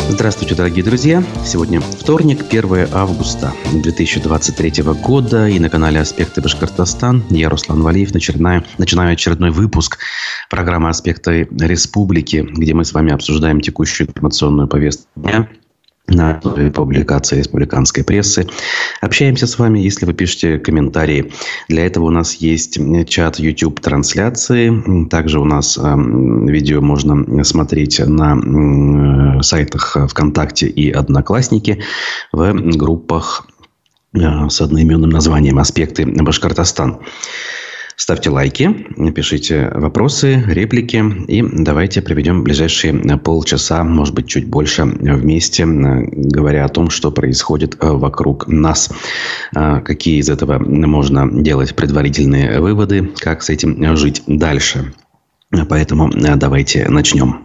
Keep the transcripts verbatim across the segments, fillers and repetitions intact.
Здравствуйте, дорогие друзья! Сегодня вторник, первое августа две тысячи двадцать третьего года, и на канале «Аспекты Башкортостан» я, Руслан Валиев, начинаю, начинаю очередной выпуск программы «Аспекты Республики», где мы с вами обсуждаем текущую информационную повестку дня на основе публикации республиканской прессы. Общаемся с вами, если вы пишете комментарии. Для этого у нас есть чат YouTube-трансляции. Также у нас э, видео можно смотреть на э, сайтах ВКонтакте и Одноклассники в группах э, с одноименным названием «Аспекты Башкортостан». Ставьте лайки, пишите вопросы, реплики. И давайте проведем ближайшие полчаса, может быть, чуть больше вместе, говоря о том, что происходит вокруг нас. Какие из этого можно делать предварительные выводы, как с этим жить дальше. Поэтому давайте начнем.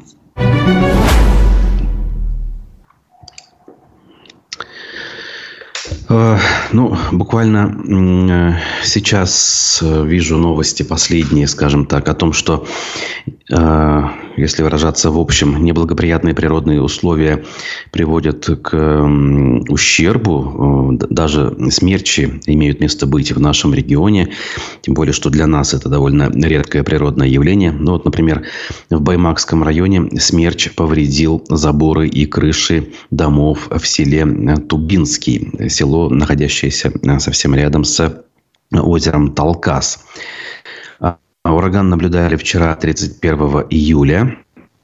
Ну, буквально сейчас вижу новости последние, скажем так, о том, что, если выражаться в общем, неблагоприятные природные условия приводят к ущербу. Даже смерчи имеют место быть в нашем регионе. Тем более, что для нас это довольно редкое природное явление. Ну, вот, например, в Баймакском районе смерч повредил заборы и крыши домов в селе Тубинский. Село, находящееся совсем рядом с озером Талкас. Ураган наблюдали вчера, тридцать первого июля.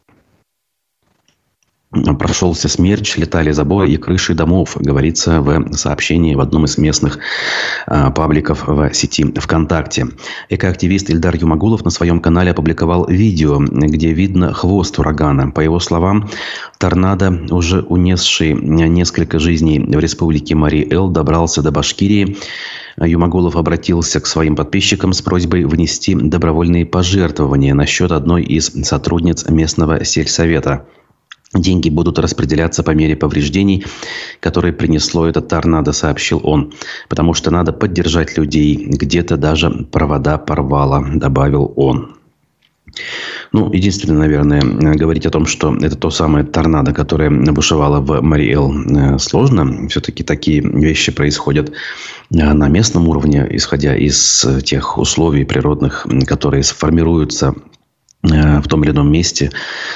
Прошелся смерч, летали заборы и крыши домов, говорится в сообщении в одном из местных а, пабликов в сети ВКонтакте. Экоактивист Ильдар Юмагулов на своем канале опубликовал видео, где видно хвост урагана. По его словам, торнадо, уже унесший несколько жизней в республике Мари-Эл, добрался до Башкирии. Юмагулов обратился к своим подписчикам с просьбой внести добровольные пожертвования на счет одной из сотрудниц местного сельсовета. Деньги будут распределяться по мере повреждений, которые принесло это торнадо, сообщил он. Потому что надо поддержать людей. Где-то даже провода порвало, добавил он. Ну, единственное, наверное, говорить о том, что это то самое торнадо, которое бушевало в Мари-Эл, сложно. Все-таки такие вещи происходят на местном уровне, исходя из тех условий природных, которые сформируются в том или ином месте,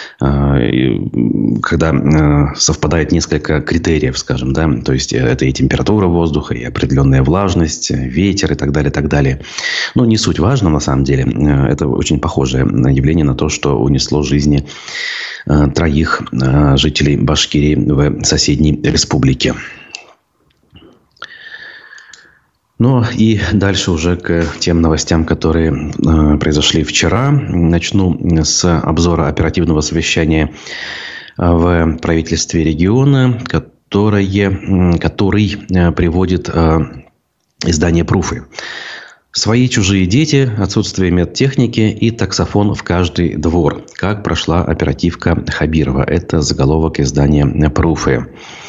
когда совпадает несколько критериев, скажем, да, то есть это и температура воздуха, и определенная влажность, ветер и так далее, так далее. Но не суть важно, на самом деле. Это очень похожее явление на то, что унесло жизни троих жителей Башкирии в соседней республике. Ну и дальше уже к тем новостям, которые э, произошли вчера. Начну с обзора оперативного совещания в правительстве региона, которое, который э, приводит э, издание «Пруфы». Свои чужие дети, отсутствие медтехники и таксофон в каждый двор. Как прошла оперативка Хабирова. Это заголовок издания «Пруфы».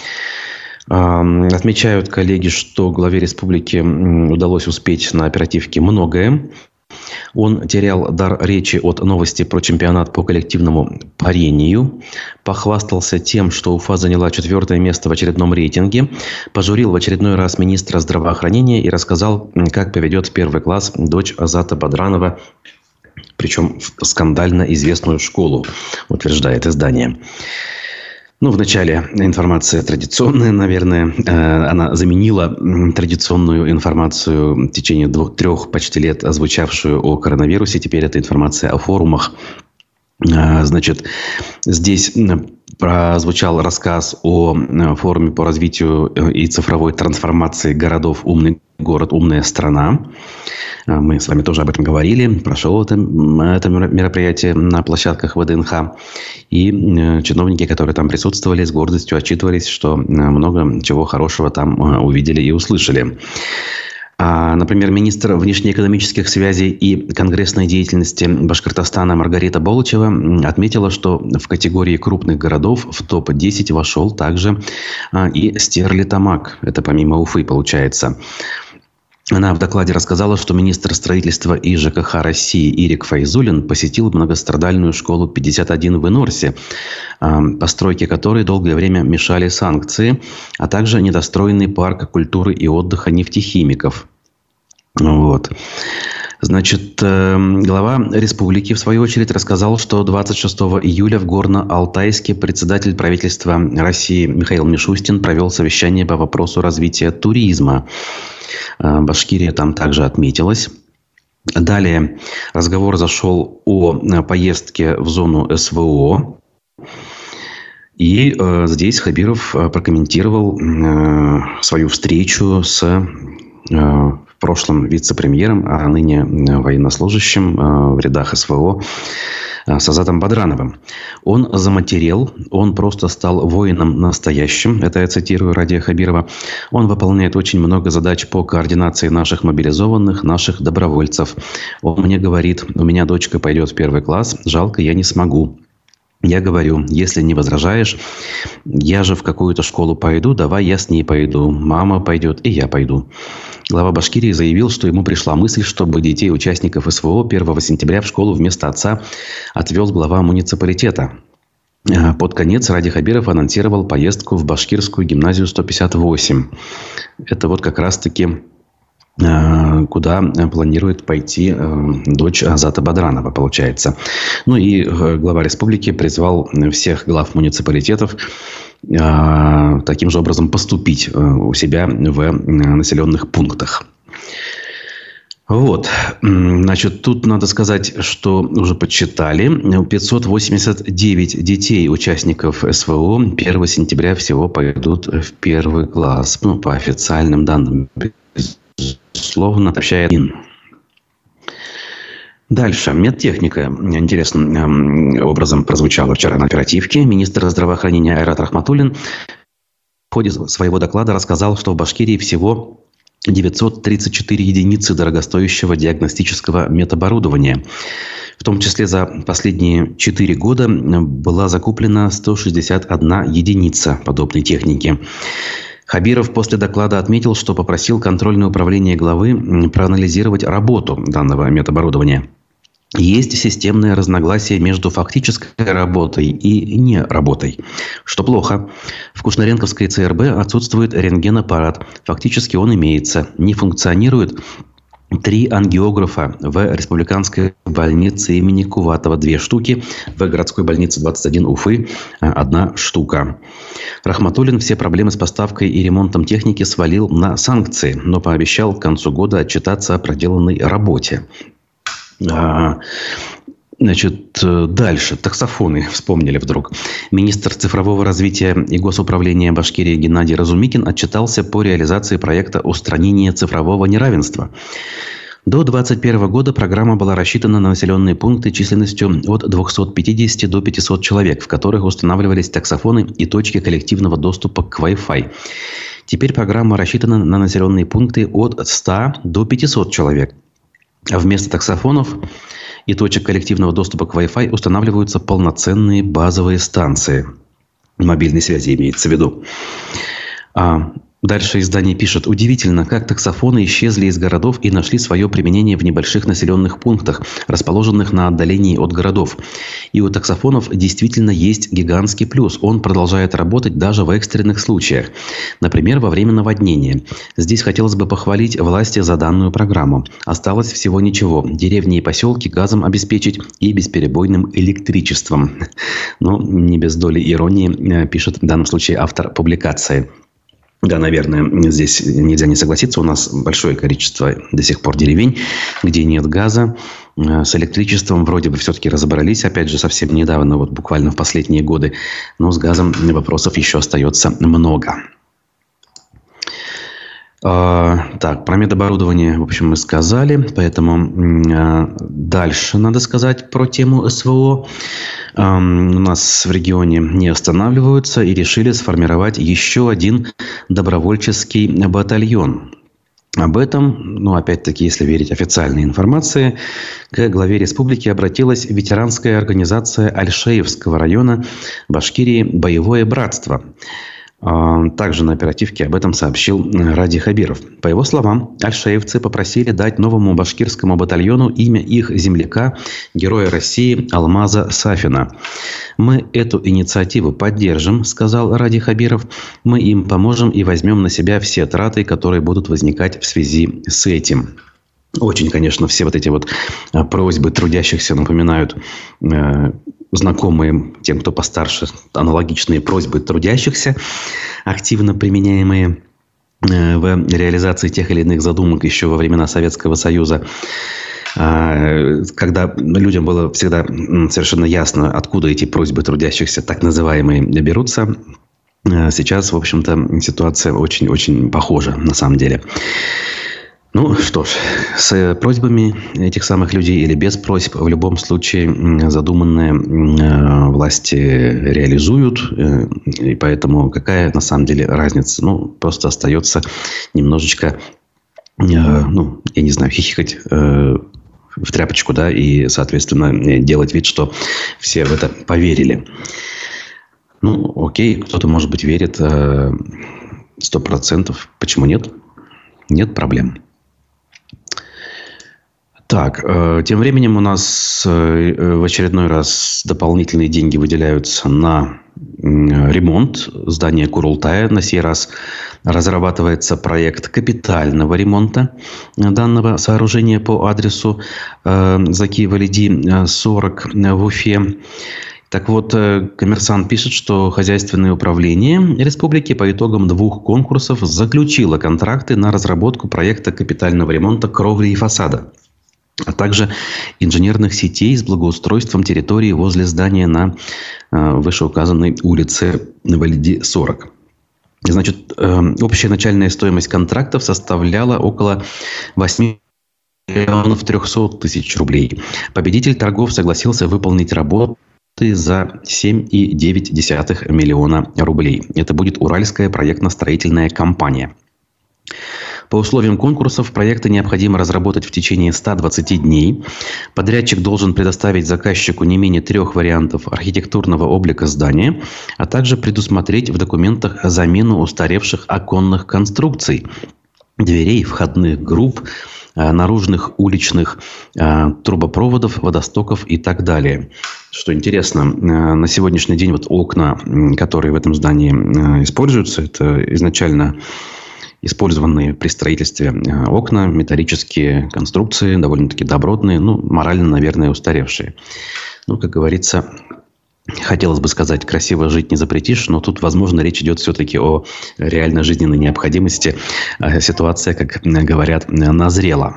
Отмечают коллеги, что главе республики удалось успеть на оперативке многое. Он терял дар речи от новости про чемпионат по коллективному парению. Похвастался тем, что Уфа заняла четвертое место в очередном рейтинге. Пожурил в очередной раз министра здравоохранения и рассказал, как поведет в первый класс дочь Азата Бадранова. Причем в скандально известную школу, утверждает издание. Ну, вначале информация традиционная, наверное. Она заменила традиционную информацию в течение двух-трех почти лет, озвучавшую о коронавирусе. Теперь это информация о форумах. Значит, здесь прозвучал рассказ о форуме по развитию и цифровой трансформации городов «Умный город, умная страна». Мы с вами тоже об этом говорили. Прошел это, это мероприятие на площадках ВДНХ. И чиновники, которые там присутствовали, с гордостью отчитывались, что много чего хорошего там увидели и услышали. Например, министр внешнеэкономических связей и конгрессной деятельности Башкортостана Маргарита Болычева отметила, что в категории крупных городов в топ десять вошел также и Стерлитамак. Это помимо Уфы получается. Она в докладе рассказала, что министр строительства и ЖКХ России Ирик Файзуллин посетил многострадальную школу пятьдесят один в Инорсе, постройке которой долгое время мешали санкции, а также недостроенный парк культуры и отдыха нефтехимиков. Вот. Значит, глава республики, в свою очередь, рассказал, что двадцать шестого июля в Горно-Алтайске председатель правительства России Михаил Мишустин провел совещание по вопросу развития туризма. Башкирия там также отметилась. Далее разговор зашел о поездке в зону СВО. И э, здесь Хабиров прокомментировал э, свою встречу с э, прошлым вице-премьером, а ныне военнослужащим э, в рядах СВО с Азатом Бадрановым. Он заматерел, он просто стал воином настоящим. Это я цитирую Радия Хабирова. Он выполняет очень много задач по координации наших мобилизованных, наших добровольцев. Он мне говорит, у меня дочка пойдет в первый класс, жалко, я не смогу. Я говорю, если не возражаешь, я же в какую-то школу пойду, давай я с ней пойду. Мама пойдет, и я пойду. Глава Башкирии заявил, что ему пришла мысль, чтобы детей участников СВО первого сентября в школу вместо отца отвез глава муниципалитета. Под конец Ради Хабиров анонсировал поездку в башкирскую гимназию сто пятьдесят восемь. Это вот как раз-таки куда планирует пойти дочь Азата Бадранова, получается. Ну и глава республики призвал всех глав муниципалитетов таким же образом поступить у себя в населенных пунктах. Вот. Значит, тут надо сказать, что уже подсчитали. пятьсот восемьдесят девять детей, участников СВО, первого сентября всего пойдут в первый класс. Ну, по официальным данным, безусловно, сообщает. Дальше. Медтехника интересным образом прозвучала вчера на оперативке. Министр здравоохранения Айрат Рахматуллин в ходе своего доклада рассказал, что в Башкирии всего девятьсот тридцать четыре единицы дорогостоящего диагностического медоборудования. В том числе за последние четыре года была закуплена сто шестьдесят одна единица подобной техники. Хабиров после доклада отметил, что попросил контрольное управление главы проанализировать работу данного медоборудования. Есть системное разногласие между фактической работой и неработой, что плохо. В Кушнаренковской ЦРБ отсутствует рентгенаппарат. Фактически он имеется. Не функционирует три ангиографа в республиканской больнице имени Куватова. Две штуки. В городской больнице двадцать один Уфы одна штука. Рахматуллин все проблемы с поставкой и ремонтом техники свалил на санкции, но пообещал к концу года отчитаться о проделанной работе. Значит, дальше. Таксофоны вспомнили вдруг. Министр цифрового развития и госуправления Башкирии Геннадий Разумикин отчитался по реализации проекта устранения цифрового неравенства. До две тысячи двадцать первого года программа была рассчитана на населенные пункты численностью от двухсот пятидесяти до пятисот человек, в которых устанавливались таксофоны и точки коллективного доступа к Wi-Fi. Теперь программа рассчитана на населенные пункты от ста до пятисот человек. А вместо таксофонов и точек коллективного доступа к Wi-Fi устанавливаются полноценные базовые станции. Мобильной связи имеется в виду. А дальше издание пишет. Удивительно, как таксофоны исчезли из городов и нашли свое применение в небольших населенных пунктах, расположенных на отдалении от городов. И у таксофонов действительно есть гигантский плюс. Он продолжает работать даже в экстренных случаях. Например, во время наводнения. Здесь хотелось бы похвалить власти за данную программу. Осталось всего ничего. Деревни и поселки газом обеспечить и бесперебойным электричеством. Но не без доли иронии пишет в данном случае автор публикации. Да, наверное, здесь нельзя не согласиться. У нас большое количество до сих пор деревень, где нет газа. С электричеством вроде бы все-таки разобрались. Опять же, совсем недавно, вот буквально в последние годы. Но с газом вопросов еще остается много. Так, про медоборудование, в общем, мы сказали. Поэтому дальше надо сказать про тему СВО. У нас в регионе не останавливаются и решили сформировать еще один добровольческий батальон. Об этом, ну, опять-таки, если верить официальной информации, к главе республики обратилась ветеранская организация Аль-Шеевского района Башкирии «Боевое братство». Также на оперативке об этом сообщил Ради Хабиров. По его словам, альшеевцы попросили дать новому башкирскому батальону имя их земляка, героя России Алмаза Сафина. «Мы эту инициативу поддержим», — сказал Ради Хабиров. «Мы им поможем и возьмем на себя все траты, которые будут возникать в связи с этим». Очень, конечно, все вот эти вот просьбы трудящихся напоминают э, знакомые тем, кто постарше, аналогичные просьбы трудящихся, активно применяемые э, в реализации тех или иных задумок еще во времена Советского Союза, э, когда людям было всегда совершенно ясно, откуда эти просьбы трудящихся, так называемые, берутся. Сейчас, в общем-то, ситуация очень-очень похожа на самом деле. Ну что ж, с просьбами этих самых людей или без просьб, в любом случае задуманное власти реализуют. И поэтому какая на самом деле разница? Ну, просто остается немножечко, ну, я не знаю, хихикать в тряпочку, да, и, соответственно, делать вид, что все в это поверили. Ну, окей, кто-то, может быть, верит сто процентов. Почему нет? Нет проблем. Так, э, тем временем у нас э, в очередной раз дополнительные деньги выделяются на э, ремонт здания Курултая. На сей раз разрабатывается проект капитального ремонта данного сооружения по адресу э, Заки-Валиди сорок в Уфе. Так вот, «Коммерсант» пишет, что хозяйственное управление республики по итогам двух конкурсов заключило контракты на разработку проекта капитального ремонта кровли и фасада, а также инженерных сетей с благоустройством территории возле здания на вышеуказанной улице Валиди сорок. Значит, общая начальная стоимость контрактов составляла около восемь миллионов триста тысяч рублей. Победитель торгов согласился выполнить работу за семь целых девять десятых миллиона рублей. Это будет Уральская проектно-строительная компания. По условиям конкурсов проекты необходимо разработать в течение ста двадцати дней. Подрядчик должен предоставить заказчику не менее трех вариантов архитектурного облика здания, а также предусмотреть в документах замену устаревших оконных конструкций, дверей, входных групп, наружных уличных трубопроводов, водостоков и так далее. Что интересно, на сегодняшний день вот окна, которые в этом здании используются, это изначально использованные при строительстве окна, металлические конструкции, довольно-таки добротные, ну, морально, наверное, устаревшие. Ну, как говорится, хотелось бы сказать, красиво жить не запретишь, но тут, возможно, речь идет все-таки о реальной жизненной необходимости. Ситуация, как говорят, назрела.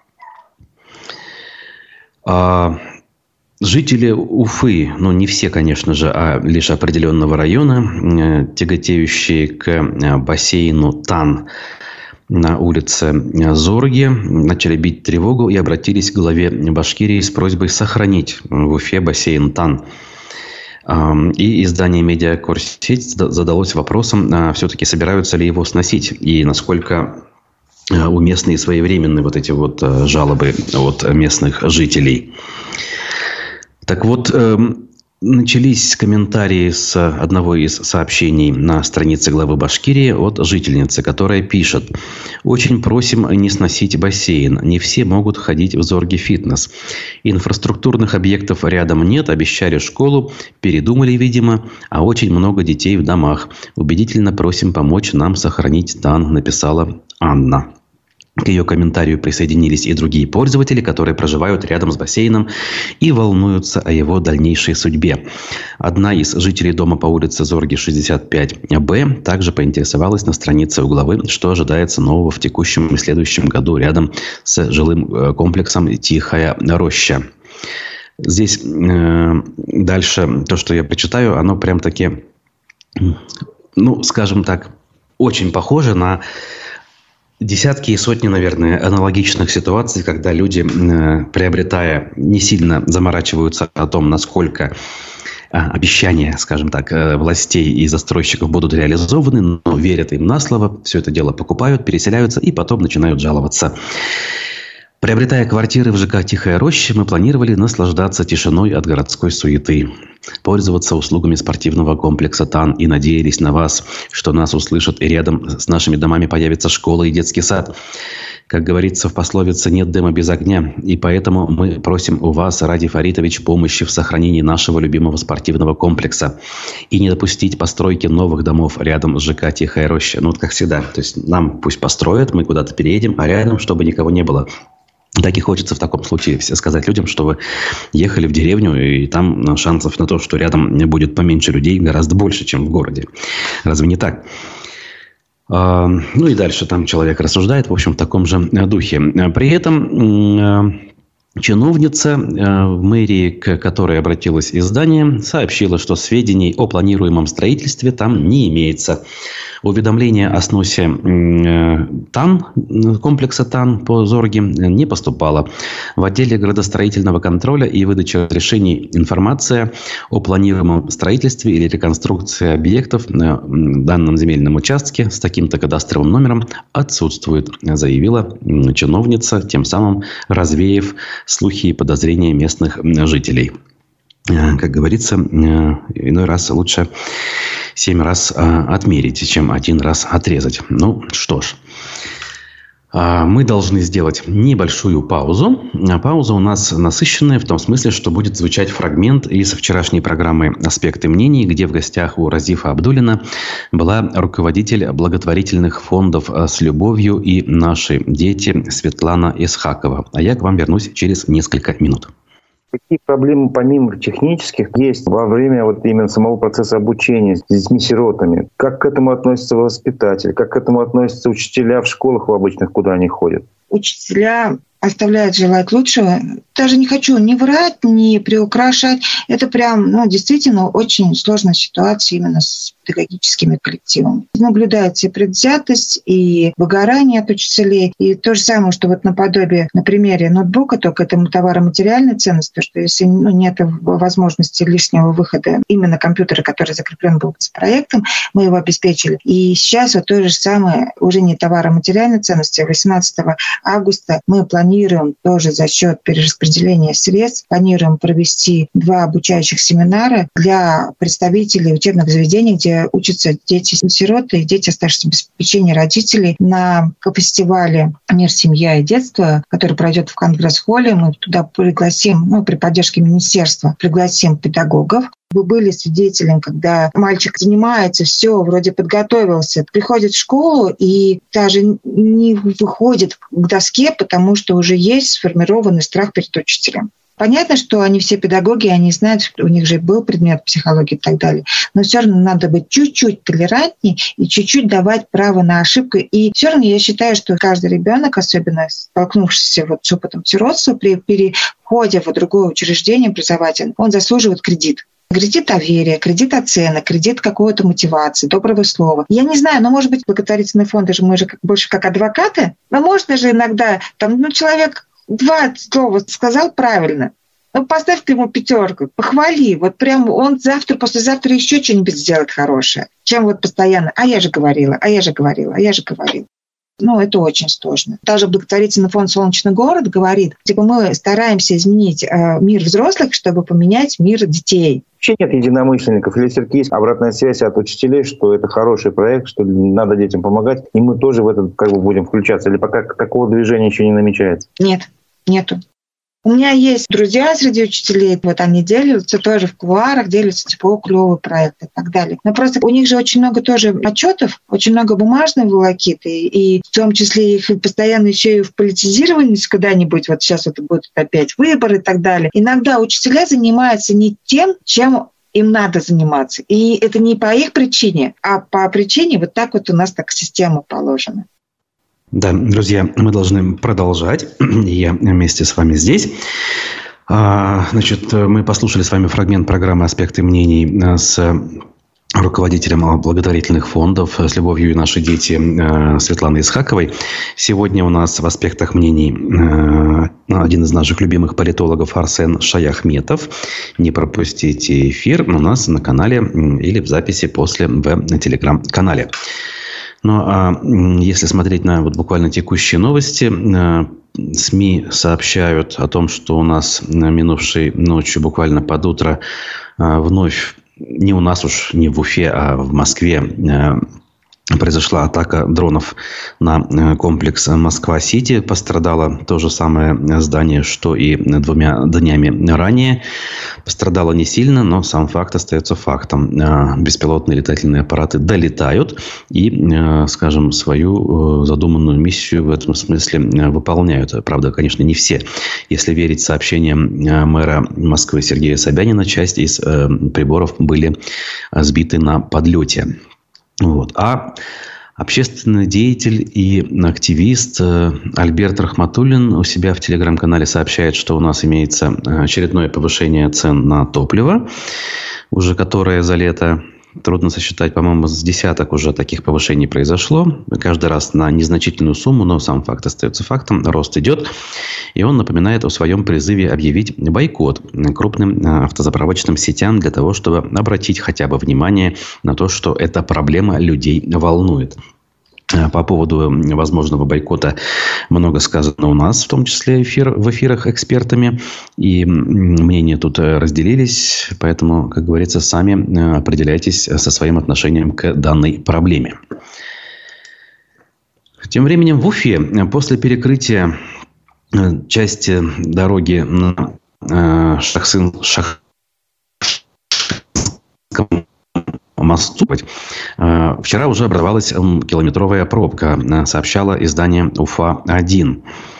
Жители Уфы, ну не все, конечно же, а лишь определенного района, тяготеющие к бассейну Тан на улице Зорге, начали бить тревогу и обратились к главе Башкирии с просьбой сохранить в Уфе бассейн Тан. И издание «Медиакорсеть» задалось вопросом, все-таки собираются ли его сносить и насколько уместны и своевременны вот эти вот жалобы от местных жителей. Так вот, э, начались комментарии с одного из сообщений на странице главы Башкирии от жительницы, которая пишет: «Очень просим не сносить бассейн. Не все могут ходить в Зорге фитнес. Инфраструктурных объектов рядом нет. Обещали школу. Передумали, видимо. А очень много детей в домах. Убедительно просим помочь нам сохранить Тан», написала Анна. К ее комментарию присоединились и другие пользователи, которые проживают рядом с бассейном и волнуются о его дальнейшей судьбе. Одна из жителей дома по улице Зорги шестьдесят пять Б также поинтересовалась на странице у главы, что ожидается нового в текущем и следующем году рядом с жилым комплексом «Тихая роща». Здесь э, дальше то, что я прочитаю, оно прям таки, ну, скажем так, очень похоже на десятки и сотни, наверное, аналогичных ситуаций, когда люди, приобретая, не сильно заморачиваются о том, насколько обещания, скажем так, властей и застройщиков будут реализованы, но верят им на слово, все это дело покупают, переселяются и потом начинают жаловаться. Приобретая квартиры в ЖК «Тихая роща», мы планировали наслаждаться тишиной от городской суеты, пользоваться услугами спортивного комплекса ТАН и надеялись на вас, что нас услышат и рядом с нашими домами появится школа и детский сад. Как говорится в пословице, нет дыма без огня, и поэтому мы просим у вас, Ради Фаритович, помощи в сохранении нашего любимого спортивного комплекса и не допустить постройки новых домов рядом с ЖК «Тихая роща». Ну, вот как всегда, то есть нам пусть построят, мы куда-то переедем, а рядом, чтобы никого не было. Так и хочется в таком случае сказать людям, что вы ехали в деревню, и там шансов на то, что рядом будет поменьше людей, гораздо больше, чем в городе. Разве не так? Ну и дальше там человек рассуждает, в общем, в таком же духе. При этом чиновница в мэрии, к которой обратилось издание, сообщила, что сведений о планируемом строительстве там не имеется. Уведомление о сносе ТАН, комплекса ТАН по Зорге не поступало. В отделе градостроительного контроля и выдачи разрешений информация о планируемом строительстве или реконструкции объектов на данном земельном участке с таким-то кадастровым номером отсутствует, заявила чиновница, тем самым развеяв слухи и подозрения местных жителей. Как говорится, иной раз лучше семь раз отмерить, чем один раз отрезать. Ну, что ж. Мы должны сделать небольшую паузу. Пауза у нас насыщенная в том смысле, что будет звучать фрагмент из вчерашней программы «Аспекты мнений», где в гостях у Разифа Абдуллина была руководитель благотворительных фондов «С любовью» и «Наши дети» Светлана Исхакова. А я к вам вернусь через несколько минут. Какие проблемы помимо технических есть во время вот именно самого процесса обучения с детьми-сиротами? Как к этому относятся воспитатели? Как к этому относятся учителя в школах в обычных, куда они ходят? Учителя оставляют желать лучшего. Даже не хочу ни врать, ни приукрашать. Это прям, ну, действительно очень сложная ситуация именно с педагогическими коллективами. Наблюдается и предвзятость, и выгорание от учителей. И то же самое, что вот наподобие, на примере ноутбука, только это товаро-материальная ценность, то что если ну, нет возможности лишнего выхода, именно компьютера, который закреплен был с проектом, мы его обеспечили. И сейчас вот то же самое, уже не товаро-материальной ценности, восемнадцатого августа мы планируем тоже за счет перераспределения средств, планируем провести два обучающих семинара для представителей учебных заведений, где учатся дети-сироты и дети, оставшиеся без попечения родителей, на фестивале «Мир, семья и детство», который пройдет в Конгресс-холле. Мы туда пригласим, ну, при поддержке министерства, пригласим педагогов. Вы были свидетелем, когда мальчик занимается, все, вроде подготовился, приходит в школу и даже не выходит к доске, потому что уже есть сформированный страх перед учителем. Понятно, что они все педагоги, они знают, что у них же был предмет психологии и так далее. Но все равно надо быть чуть-чуть толерантнее и чуть-чуть давать право на ошибку. И все равно я считаю, что каждый ребенок, особенно столкнувшийся вот с опытом сиротства, при переходе в другое учреждение образовательное, он заслуживает кредит. Кредит доверия, кредит оценок, кредит какой-то мотивации, доброго слова. Я не знаю, но, может быть, благотворительные фонды же мы же как, больше как адвокаты, но можно же иногда, там, ну, человек два слова сказал правильно. Ну, поставь ты ему пятерку, похвали. Вот прям он завтра, послезавтра еще что-нибудь сделает хорошее. Чем вот постоянно, а я же говорила, а я же говорила, а я же говорила. Ну, это очень сложно. Даже благотворительный фонд «Солнечный город» говорит, типа мы стараемся изменить э, мир взрослых, чтобы поменять мир детей. Вообще нет единомышленников. Или все-таки есть обратная связь от учителей, что это хороший проект, что надо детям помогать, и мы тоже в этот как бы будем включаться? Или пока такого движения еще не намечается? Нет, нету. У меня есть друзья среди учителей, вот они делятся тоже в кулуарах, делятся, типа, о, клевый проект и так далее. Но просто у них же очень много тоже отчетов, очень много бумажной волокиты, и в том числе их постоянно еще и в политизировании куда-нибудь, вот сейчас это будут опять выборы и так далее. Иногда учителя занимаются не тем, чем им надо заниматься. И это не по их причине, а по причине вот так вот у нас так система положена. Да, друзья, мы должны продолжать. Я вместе с вами здесь. Значит, мы послушали с вами фрагмент программы «Аспекты мнений» с руководителем благотворительных фондов «С любовью и наши дети» Светланой Исхаковой. Сегодня у нас в «Аспектах мнений» один из наших любимых политологов Арсен Шаяхметов. Не пропустите эфир у нас на канале или в записи после в телеграм-канале. Ну, а если смотреть на вот буквально текущие новости, СМИ сообщают о том, что у нас минувшей ночью, буквально под утро, вновь, не у нас уж, не в Уфе, а в Москве, произошла атака дронов на комплекс Москва-Сити. Пострадало то же самое здание, что и двумя днями ранее. Пострадало не сильно, но сам факт остается фактом. Беспилотные летательные аппараты долетают и, скажем, свою задуманную миссию в этом смысле выполняют. Правда, конечно, не все. Если верить сообщениям мэра Москвы Сергея Собянина, часть из приборов были сбиты на подлете. Вот. А общественный деятель и активист Альберт Рахматуллин у себя в телеграм-канале сообщает, что у нас имеется очередное повышение цен на топливо, уже которое за лето, трудно сосчитать, по-моему, с десяток уже таких повышений произошло. Каждый раз на незначительную сумму, но сам факт остается фактом. Рост идет. И он напоминает о своем призыве объявить бойкот крупным автозаправочным сетям для того, чтобы обратить хотя бы внимание на то, что эта проблема людей волнует. По поводу возможного бойкота много сказано у нас, в том числе эфир, в эфирах экспертами. И мнения тут разделились. Поэтому, как говорится, сами определяйтесь со своим отношением к данной проблеме. Тем временем в Уфе после перекрытия части дороги на Шахсын, Шах... мосту. Вчера уже образовалась километровая пробка, сообщало издание Уфа один.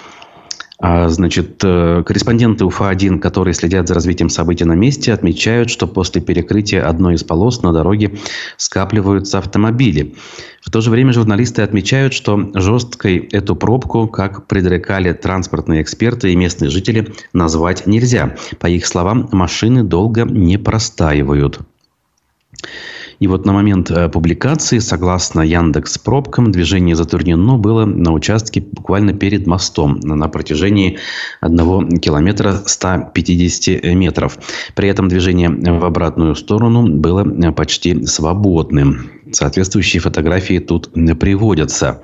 Значит, корреспонденты Уфа один, которые следят за развитием событий на месте, отмечают, что после перекрытия одной из полос на дороге скапливаются автомобили. В то же время журналисты отмечают, что жесткой эту пробку, как предрекали транспортные эксперты и местные жители, назвать нельзя. По их словам, машины долго не простаивают. И вот на момент публикации, согласно Яндекс.Пробкам, движение затруднено было на участке буквально перед мостом на протяжении одного километра ста пятидесяти метров. При этом движение в обратную сторону было почти свободным. Соответствующие фотографии тут приводятся.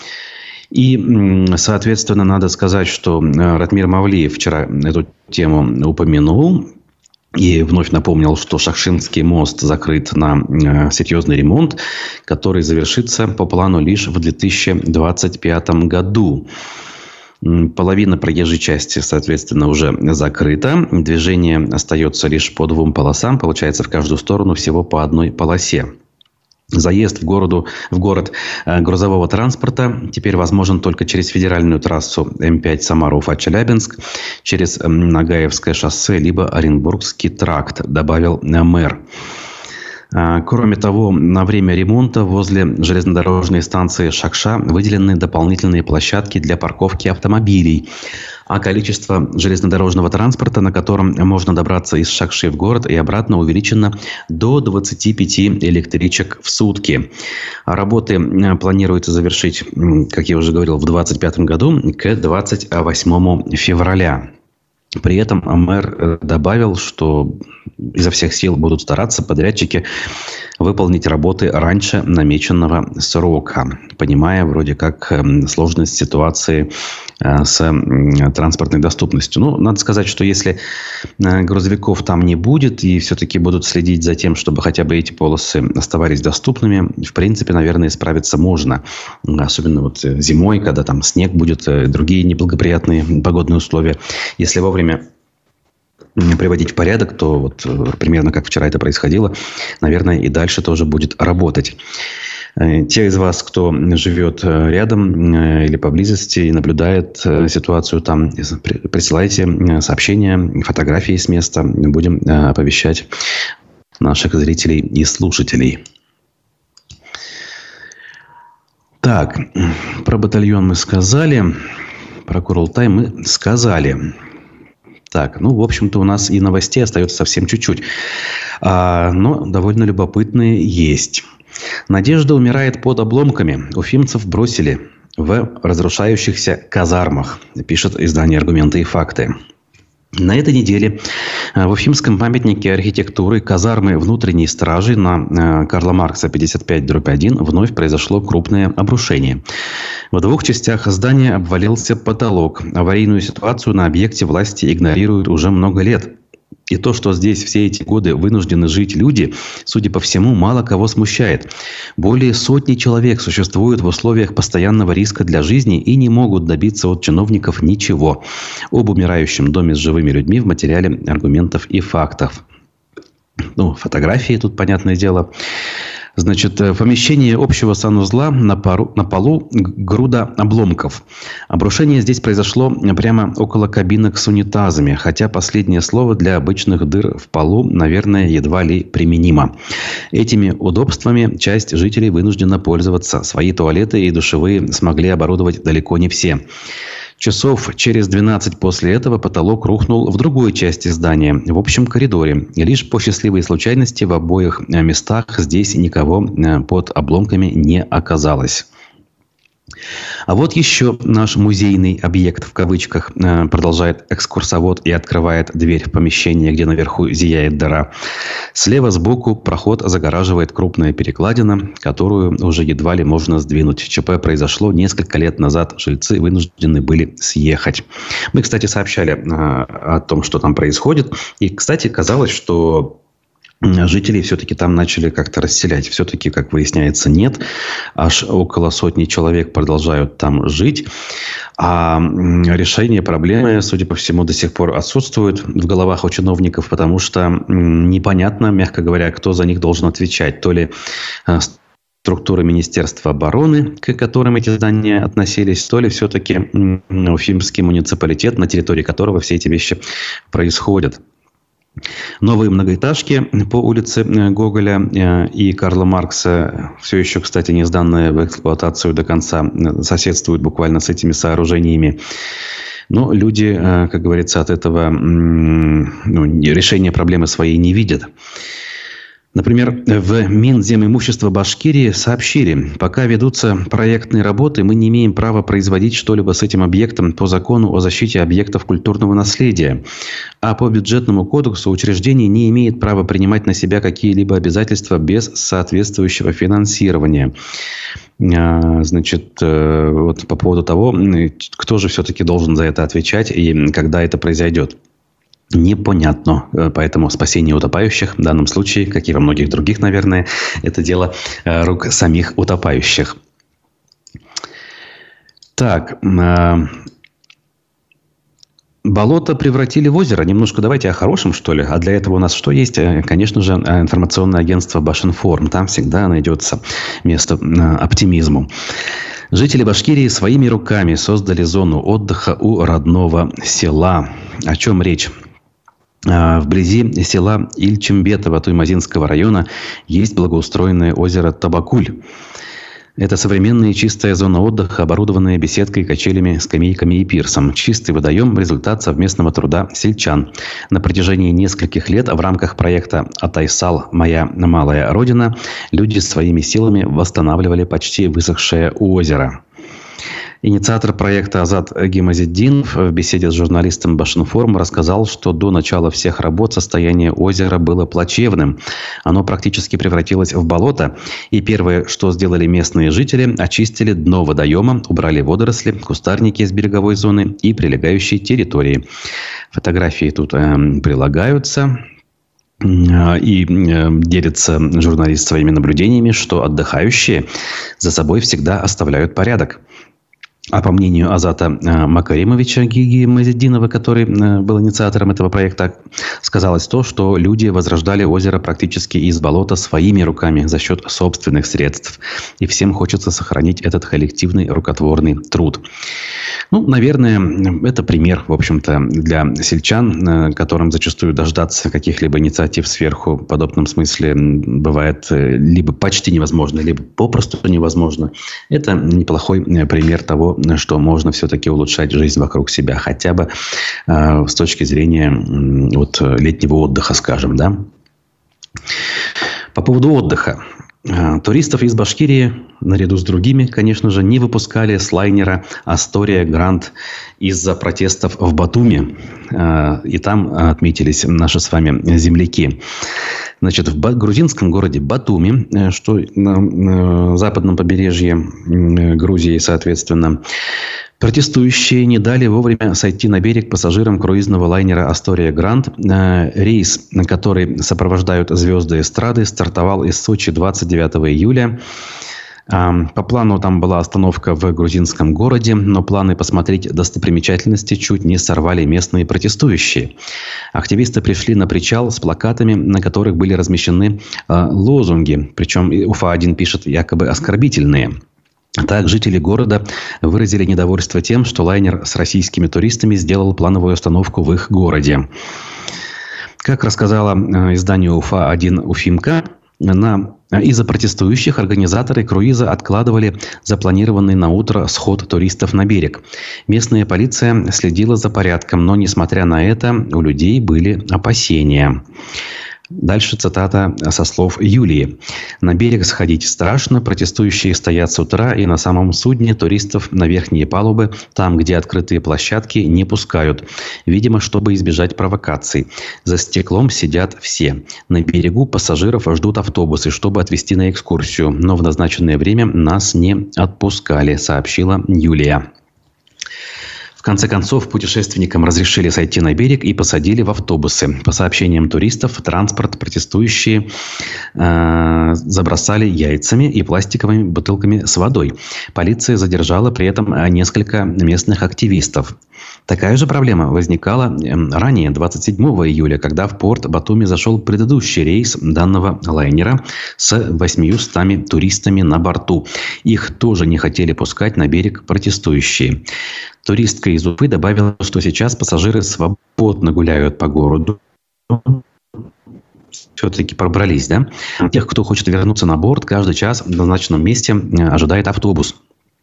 И, соответственно, надо сказать, что Ратмир Мавлиев вчера эту тему упомянул. И вновь напомнил, что Шахшинский мост закрыт на э, серьезный ремонт, который завершится по плану лишь в две тысячи двадцать пятом году. Половина проезжей части, соответственно, уже закрыта. Движение остается лишь по двум полосам. Получается, в каждую сторону всего по одной полосе. Заезд в, городу, в город грузового транспорта теперь возможен только через федеральную трассу эм пять Самара-Уфа-Челябинск, через Нагаевское шоссе, либо Оренбургский тракт, добавил мэр. Кроме того, на время ремонта возле железнодорожной станции Шакша выделены дополнительные площадки для парковки автомобилей. А количество железнодорожного транспорта, на котором можно добраться из Шакши в город и обратно, увеличено до двадцати пяти электричек в сутки. Работы планируется завершить, как я уже говорил, в двадцать пятом году к двадцать восьмому февраля. При этом мэр добавил, что изо всех сил будут стараться подрядчики выполнить работы раньше намеченного срока, понимая вроде как сложность ситуации с транспортной доступностью. Ну, надо сказать, что если грузовиков там не будет и все-таки будут следить за тем, чтобы хотя бы эти полосы оставались доступными, в принципе, наверное, справиться можно. Особенно вот зимой, когда там снег будет, другие неблагоприятные погодные условия. Если вовремя приводить в порядок, то вот примерно как вчера это происходило, наверное, и дальше тоже будет работать. Те из вас, кто живет рядом или поблизости и наблюдает ситуацию там, присылайте сообщения, фотографии с места. Будем оповещать наших зрителей и слушателей. Так, про батальон мы сказали, про Курултай мы сказали. Так, ну, в общем-то, у нас и новостей остается совсем чуть-чуть. А, но довольно любопытные есть. Надежда умирает под обломками. Уфимцев бросили в разрушающихся казармах, пишет издание «Аргументы и факты». На этой неделе в Уфимском памятнике архитектуры казармы внутренней стражи на Карла Маркса пятьдесят пять дробь один вновь произошло крупное обрушение. В двух частях здания обвалился потолок. Аварийную ситуацию на объекте власти игнорируют уже много лет. И то, что здесь все эти годы вынуждены жить люди, судя по всему, мало кого смущает. Более сотни человек существуют в условиях постоянного риска для жизни и не могут добиться от чиновников ничего. Об умирающем доме с живыми людьми в материале аргументов и фактов. Ну, фотографии тут, понятное дело. Значит, в помещении общего санузла на, пару, на полу груда обломков. Обрушение здесь произошло прямо около кабинок с унитазами, хотя последнее слово для обычных дыр в полу, наверное, едва ли применимо. Этими удобствами часть жителей вынуждена пользоваться. Свои туалеты и душевые смогли оборудовать далеко не все. Часов через двенадцать после этого потолок рухнул в другой части здания, в общем коридоре. И лишь по счастливой случайности в обоих местах здесь никого под обломками не оказалось. А вот еще наш музейный объект, в кавычках, продолжает экскурсовод и открывает дверь в помещение, где наверху зияет дыра. Слева сбоку проход загораживает крупная перекладина, которую уже едва ли можно сдвинуть. ЧП произошло несколько лет назад. Жильцы вынуждены были съехать. Мы, кстати, сообщали о том, что там происходит. И, кстати, казалось, что жителей все-таки там начали как-то расселять. Все-таки, как выясняется, нет. Аж около сотни человек продолжают там жить. А решение проблемы, судя по всему, до сих пор отсутствует в головах у чиновников, потому что непонятно, мягко говоря, кто за них должен отвечать. То ли структуры Министерства обороны, к которым эти здания относились, то ли все-таки Уфимский муниципалитет, на территории которого все эти вещи происходят. Новые многоэтажки по улице Гоголя и Карла Маркса, все еще, кстати, не сданные в эксплуатацию до конца, соседствуют буквально с этими сооружениями. Но люди, как говорится, от этого ну, решения проблемы своей не видят. Например, в Минземимущество Башкирии сообщили, пока ведутся проектные работы, мы не имеем права производить что-либо с этим объектом по закону о защите объектов культурного наследия. А по бюджетному кодексу учреждение не имеет права принимать на себя какие-либо обязательства без соответствующего финансирования. Значит, вот по поводу того, кто же все-таки должен за это отвечать и когда это произойдет. Непонятно. Поэтому спасение утопающих в данном случае, как и во многих других, наверное, это дело рук самих утопающих. Так. Болото превратили в озеро. Немножко давайте о хорошем, что ли. А для этого у нас что есть? Конечно же, информационное агентство Башинформ. Там всегда найдется место оптимизму. Жители Башкирии своими руками создали зону отдыха у родного села. О чем речь? Вблизи села Ильчимбетово Туймазинского района есть благоустроенное озеро Табакуль. Это современная и чистая зона отдыха, оборудованная беседкой, качелями, скамейками и пирсом. Чистый водоем – результат совместного труда сельчан. На протяжении нескольких лет в рамках проекта «Атайсал. Моя малая родина» люди своими силами восстанавливали почти высохшее озеро. Инициатор проекта Азат Гимазетдинов в беседе с журналистом Башинформ рассказал, что до начала всех работ состояние озера было плачевным. Оно практически превратилось в болото. И первое, что сделали местные жители, очистили дно водоема, убрали водоросли, кустарники из береговой зоны и прилегающей территории. Фотографии тут э, прилагаются. И делится журналист своими наблюдениями, что отдыхающие за собой всегда оставляют порядок. А по мнению Азата Макаримовича Гимазетдинова, который был инициатором этого проекта, сказалось то, что люди возрождали озеро практически из болота своими руками за счет собственных средств. И всем хочется сохранить этот коллективный рукотворный труд. Ну, наверное, это пример, в общем-то, для сельчан, которым зачастую дождаться каких-либо инициатив сверху в подобном смысле бывает либо почти невозможно, либо попросту невозможно. Это неплохой пример того, что можно все-таки улучшать жизнь вокруг себя, хотя бы э, с точки зрения э, вот, летнего отдыха, скажем, да. По поводу отдыха. Туристов из Башкирии, наряду с другими, конечно же, не выпускали с лайнера «Астория Гранд» из-за протестов в Батуми. И там отметились наши с вами земляки. Значит, в грузинском городе Батуми, что на западном побережье Грузии, соответственно, протестующие не дали вовремя сойти на берег пассажирам круизного лайнера «Астория Гранд». Рейс, который сопровождают звезды эстрады, стартовал из Сочи двадцать девятого июля. По плану там была остановка в грузинском городе, но планы посмотреть достопримечательности чуть не сорвали местные протестующие. Активисты пришли на причал с плакатами, на которых были размещены лозунги, причем Уфа один пишет якобы оскорбительные. Так, жители города выразили недовольство тем, что лайнер с российскими туристами сделал плановую остановку в их городе. Как рассказала изданию Уфа один Уфимка, на... из-за протестующих организаторы круиза откладывали запланированный на утро сход туристов на берег. Местная полиция следила за порядком, но, несмотря на это, у людей были опасения. Дальше цитата со слов Юлии. «На берег сходить страшно, протестующие стоят с утра, и на самом судне туристов на верхние палубы, там, где открытые площадки, не пускают. Видимо, чтобы избежать провокаций. За стеклом сидят все. На берегу пассажиров ждут автобусы, чтобы отвезти на экскурсию, но в назначенное время нас не отпускали», сообщила Юлия. В конце концов, путешественникам разрешили сойти на берег и посадили в автобусы. По сообщениям туристов, в транспорт протестующие э, забросали яйцами и пластиковыми бутылками с водой. Полиция задержала при этом несколько местных активистов. Такая же проблема возникала ранее, двадцать седьмого июля, когда в порт Батуми зашел предыдущий рейс данного лайнера с восьмиюстами туристами на борту. Их тоже не хотели пускать на берег протестующие. Туристка из Уфы добавила, что сейчас пассажиры свободно гуляют по городу. Все-таки пробрались, да? Тех, кто хочет вернуться на борт, каждый час в назначенном месте ожидает автобус.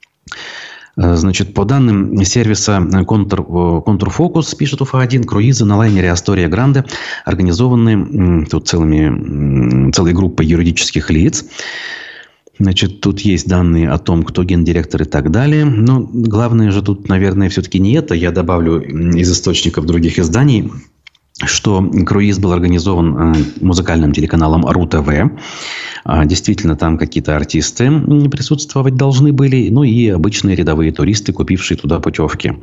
Значит, по данным сервиса Контур, Контурфокус, пишет Уфа один, круизы на лайнере «Астория Гранде» организованы тут целыми, целой группой юридических лиц. Значит, тут есть данные о том, кто гендиректор и так далее. Но главное же тут, наверное, все-таки не это. Я добавлю из источников других изданий, что круиз был организован музыкальным телеканалом РУ-ТВ. Действительно, там какие-то артисты присутствовать должны были, ну и обычные рядовые туристы, купившие туда путевки.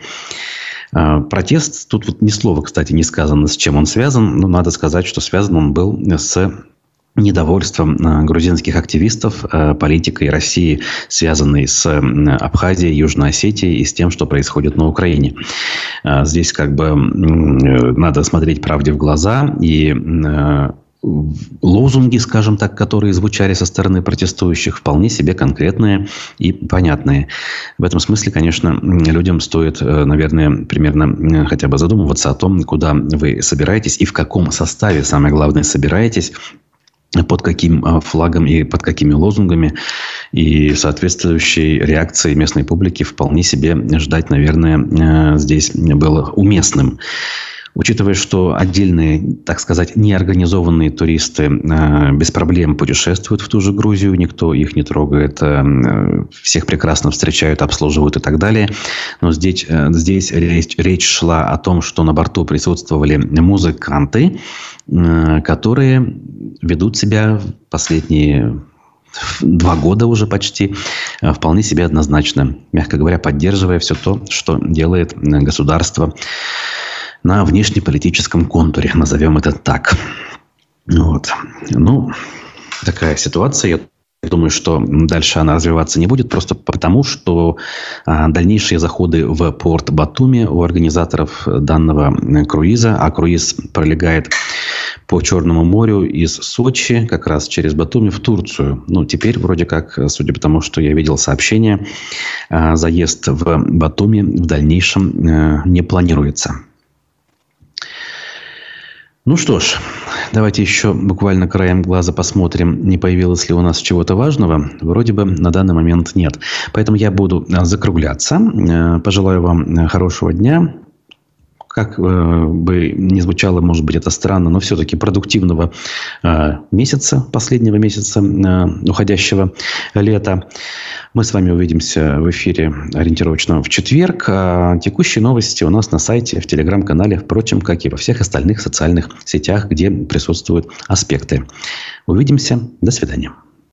Протест, тут вот ни слова, кстати, не сказано, с чем он связан, но надо сказать, что связан он был с недовольством грузинских активистов политикой России, связанной с Абхазией, Южной Осетией и с тем, что происходит на Украине. Здесь как бы надо смотреть правде в глаза, и лозунги, скажем так, которые звучали со стороны протестующих, вполне себе конкретные и понятные. В этом смысле, конечно, людям стоит, наверное, примерно хотя бы задумываться о том, куда вы собираетесь и в каком составе, самое главное, собираетесь, под каким флагом и под какими лозунгами, и соответствующей реакции местной публики вполне себе ждать, наверное, здесь было уместным. Учитывая, что отдельные, так сказать, неорганизованные туристы э, без проблем путешествуют в ту же Грузию, никто их не трогает, э, всех прекрасно встречают, обслуживают и так далее. Но здесь, э, здесь речь, речь шла о том, что на борту присутствовали музыканты, э, которые ведут себя последние два года уже почти вполне себе однозначно, мягко говоря, поддерживая все то, что делает государство на внешнеполитическом контуре, назовем это так. Вот. Ну, такая ситуация. Я думаю, что дальше она развиваться не будет, просто потому, что а, дальнейшие заходы в порт Батуми у организаторов данного круиза, а круиз пролегает по Черному морю из Сочи, как раз через Батуми в Турцию. Ну, теперь вроде как, судя по тому, что я видел сообщение, а, заезд в Батуми в дальнейшем а, не планируется. Ну что ж, давайте еще буквально краем глаза посмотрим, не появилось ли у нас чего-то важного. Вроде бы на данный момент нет. Поэтому я буду закругляться. Пожелаю вам хорошего дня. как бы ни звучало, может быть, это странно, но все-таки продуктивного месяца, последнего месяца уходящего лета. Мы с вами увидимся в эфире ориентировочно в четверг. А текущие новости у нас на сайте, в телеграм-канале, впрочем, как и во всех остальных социальных сетях, где присутствуют аспекты. Увидимся. До свидания.